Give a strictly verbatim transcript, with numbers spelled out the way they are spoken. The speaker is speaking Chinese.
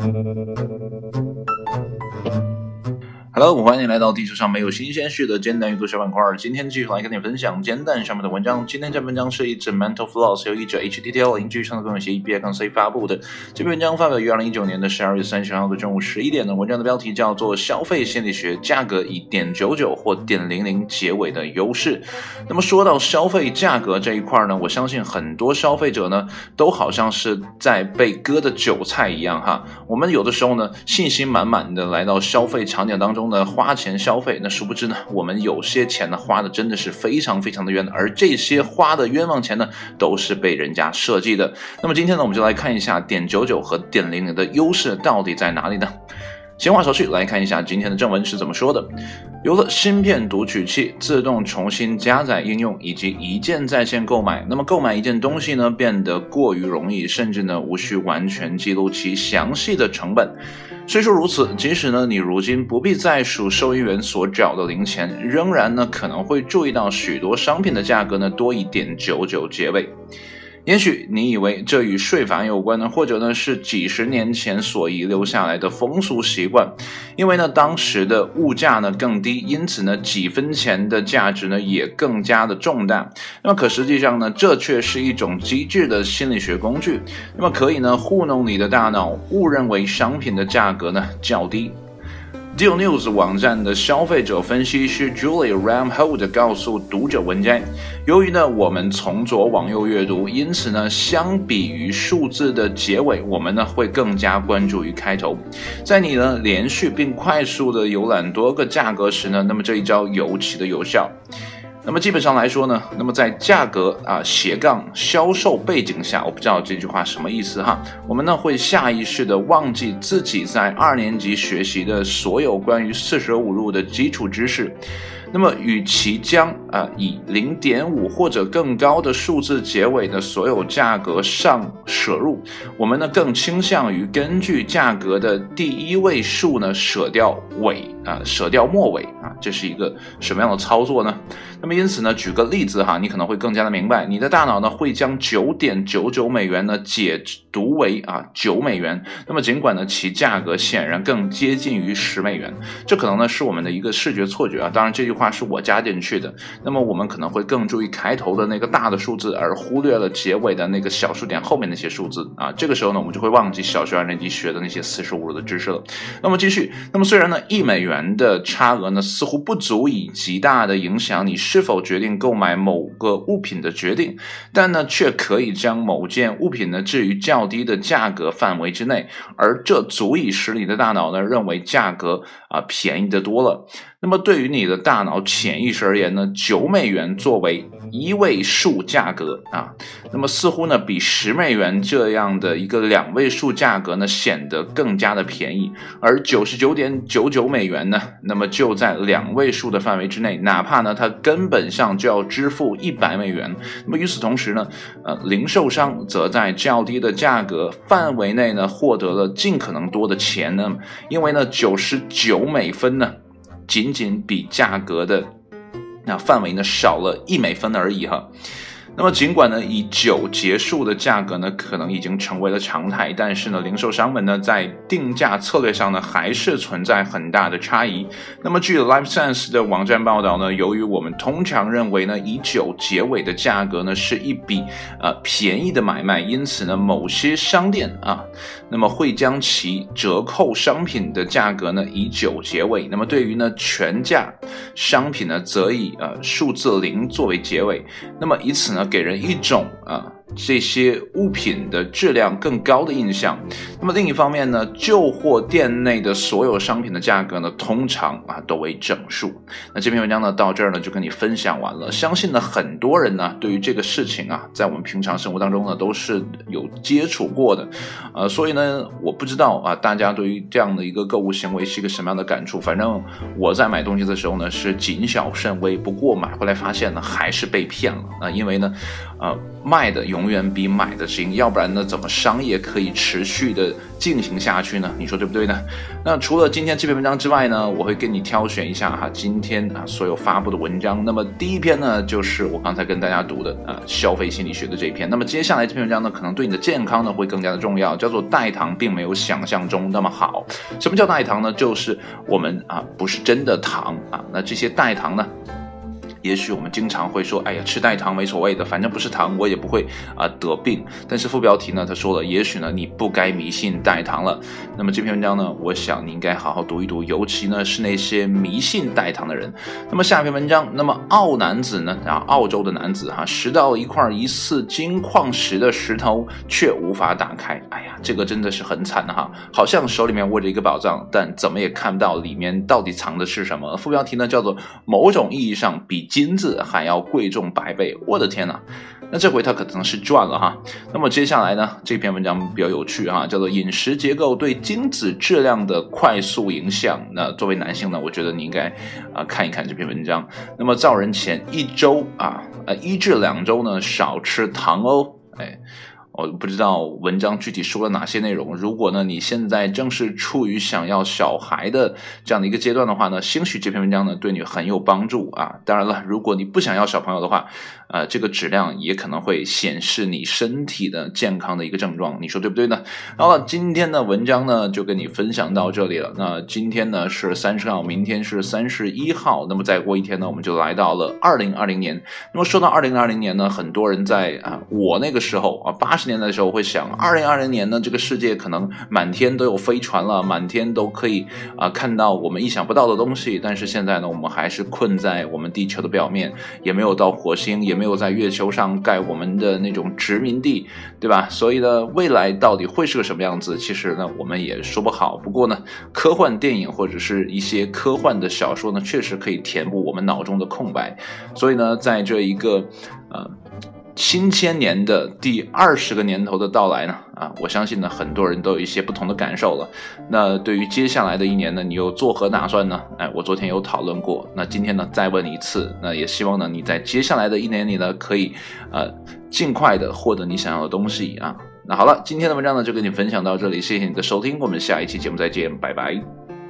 Hello， 欢迎来到地球上没有新鲜事的煎蛋阅读小板块。今天继续来跟你分享煎蛋上面的文章。今天这篇文章是一则 Mental Floss 由译者 H T T L 零距上的公有协议 B I C 发布的。这篇文章发表于二零一九年的十二月三十号的中午十一点的。文章的标题叫做消费心理学，价格以点九九或点零零结尾的优势。那么说到消费价格这一块呢，我相信很多消费者呢都好像是在被割的韭菜一样哈。我们有的时候呢信心满满的来到消费场景当中呢花钱消费，那殊不知呢我们有些钱呢花的真的是非常非常的冤，而这些花的冤枉钱呢都是被人家设计的。那么今天呢我们就来看一下点九九和点零零的优势到底在哪里呢？闲话少叙，来看一下今天的正文是怎么说的。有了芯片读取器、自动重新加载应用以及一键在线购买，那么购买一件东西呢变得过于容易，甚至呢无需完全记录其详细的成本。虽说如此，即使呢你如今不必再数收银员所找的零钱，仍然呢可能会注意到许多商品的价格呢多以点九九结尾。也许你以为这与税法有关呢，或者呢是几十年前所遗留下来的风俗习惯，因为呢当时的物价呢更低，因此呢几分钱的价值呢也更加的重大。那么可实际上呢这却是一种机智的心理学工具，那么可以呢糊弄你的大脑，误认为商品的价格呢较低。Deal News 网站的消费者分析师 Julie Ramhold 告诉读者文摘，由于呢我们从左往右阅读，因此呢相比于数字的结尾，我们呢会更加关注于开头。在你呢连续并快速的浏览多个价格时呢，那么这一招尤其的有效。那么基本上来说呢，那么在价格啊斜杠销售背景下，我不知道这句话什么意思哈，我们呢会下意识的忘记自己在二年级学习的所有关于四舍五入的基础知识。那么与其将啊以 零点五 或者更高的数字结尾的所有价格上舍入，我们呢更倾向于根据价格的第一位数呢舍掉尾啊舍掉末尾啊，这是一个什么样的操作呢？那么因此呢举个例子哈，你可能会更加的明白，你的大脑呢会将 九点九九美元呢解读为啊九美元，那么尽管呢其价格显然更接近于十美元，这可能呢是我们的一个视觉错觉啊，当然这句话是我加进去的，那么我们可能会更注意开头的那个大的数字，而忽略了结尾的那个小数点后面那些数字啊，这个时候呢我们就会忘记小学二年级学的那些四舍五入的知识了。那么继续，那么虽然呢一美元的差额呢似乎不足以极大的影响你是否决定购买某个物品的决定，但呢却可以将某件物品呢置于较低的价格范围之内，而这足以使你的大脑呢认为价格啊便宜得多了。那么对于你的大脑潜意识而言呢，九美元作为一位数价格啊，那么似乎呢比十美元这样的一个两位数价格呢显得更加的便宜，而 九十九点九九美元呢，那么就在两位数的范围之内，哪怕呢它根本上就要支付一百美元。那么与此同时呢，呃，零售商则在较低的价格范围内呢获得了尽可能多的钱呢，因为呢九十九美分呢仅仅比价格的那范围呢少了一美分而已哈。那么尽管呢以九结束的价格呢可能已经成为了常态，但是呢零售商们呢在定价策略上呢还是存在很大的差异。那么据 LiveSense 的网站报道呢，由于我们通常认为呢以九结尾的价格呢是一笔呃便宜的买卖，因此呢某些商店啊那么会将其折扣商品的价格呢以九结尾，那么对于呢全价商品呢则以呃数字零作为结尾，那么以此呢给人一种啊、呃、这些物品的质量更高的印象。那么另一方面呢，旧货店内的所有商品的价格呢通常啊都为整数。那这篇文章呢到这儿呢就跟你分享完了，相信呢很多人呢对于这个事情啊在我们平常生活当中呢都是有接触过的，呃所以呢我不知道啊大家对于这样的一个购物行为是一个什么样的感触。反正我在买东西的时候呢是谨小慎微，不过买回来发现呢还是被骗了啊，因为呢呃卖的永永远比买的轻，要不然呢，怎么商业可以持续的进行下去呢？你说对不对呢？那除了今天这篇文章之外呢，我会跟你挑选一下哈，今天啊所有发布的文章。那么第一篇呢，就是我刚才跟大家读的啊消费心理学的这一篇。那么接下来这篇文章呢，可能对你的健康呢会更加的重要，叫做代糖并没有想象中那么好。什么叫代糖呢？就是我们啊不是真的糖啊，那这些代糖呢，也许我们经常会说，哎呀，吃代糖没所谓的，反正不是糖，我也不会啊、呃、得病。但是副标题呢，他说了，也许呢你不该迷信代糖了。那么这篇文章呢，我想你应该好好读一读，尤其呢是那些迷信代糖的人。那么下篇文章，那么澳男子呢，啊，澳洲的男子哈，拾到一块疑似金矿石的石头，却无法打开。哎呀，这个真的是很惨哈，好像手里面握着一个宝藏，但怎么也看不到里面到底藏的是什么。副标题呢叫做某种意义上比金子还要贵重百倍。我的天哪，那这回他可能是赚了哈。那么接下来呢，这篇文章比较有趣哈，叫做饮食结构对精子质量的快速影响。那作为男性呢，我觉得你应该啊、呃、看一看这篇文章。那么造人前一周啊呃一至两周呢少吃糖哦。哎，我不知道文章具体说了哪些内容。如果呢你现在正是处于想要小孩的这样的一个阶段的话呢，兴许这篇文章呢对你很有帮助啊。当然了，如果你不想要小朋友的话，呃，这个质量也可能会显示你身体的健康的一个症状，你说对不对呢？好了，今天的文章呢就跟你分享到这里了。那今天呢是三十号，明天是三十一号，那么再过一天呢我们就来到了二零二零年。那么说到二零二零年呢，很多人在啊我那个时候啊八十年代的时候会想，二零二零年呢这个世界可能满天都有飞船了，满天都可以啊看到我们意想不到的东西。但是现在呢，我们还是困在我们地球的表面，也没有到火星，也没有在月球上盖我们的那种殖民地，对吧？所以呢，未来到底会是个什么样子，其实呢我们也说不好。不过呢，科幻电影或者是一些科幻的小说呢，确实可以填补我们脑中的空白。所以呢，在这一个呃新千年的第二十个年头的到来呢，啊，我相信呢，很多人都有一些不同的感受了。那对于接下来的一年呢，你又作何打算呢？哎，我昨天有讨论过，那今天呢再问一次，那也希望呢你在接下来的一年里呢，可以呃尽快的获得你想要的东西啊。那好了，今天的文章呢就跟你分享到这里，谢谢你的收听，我们下一期节目再见，拜拜。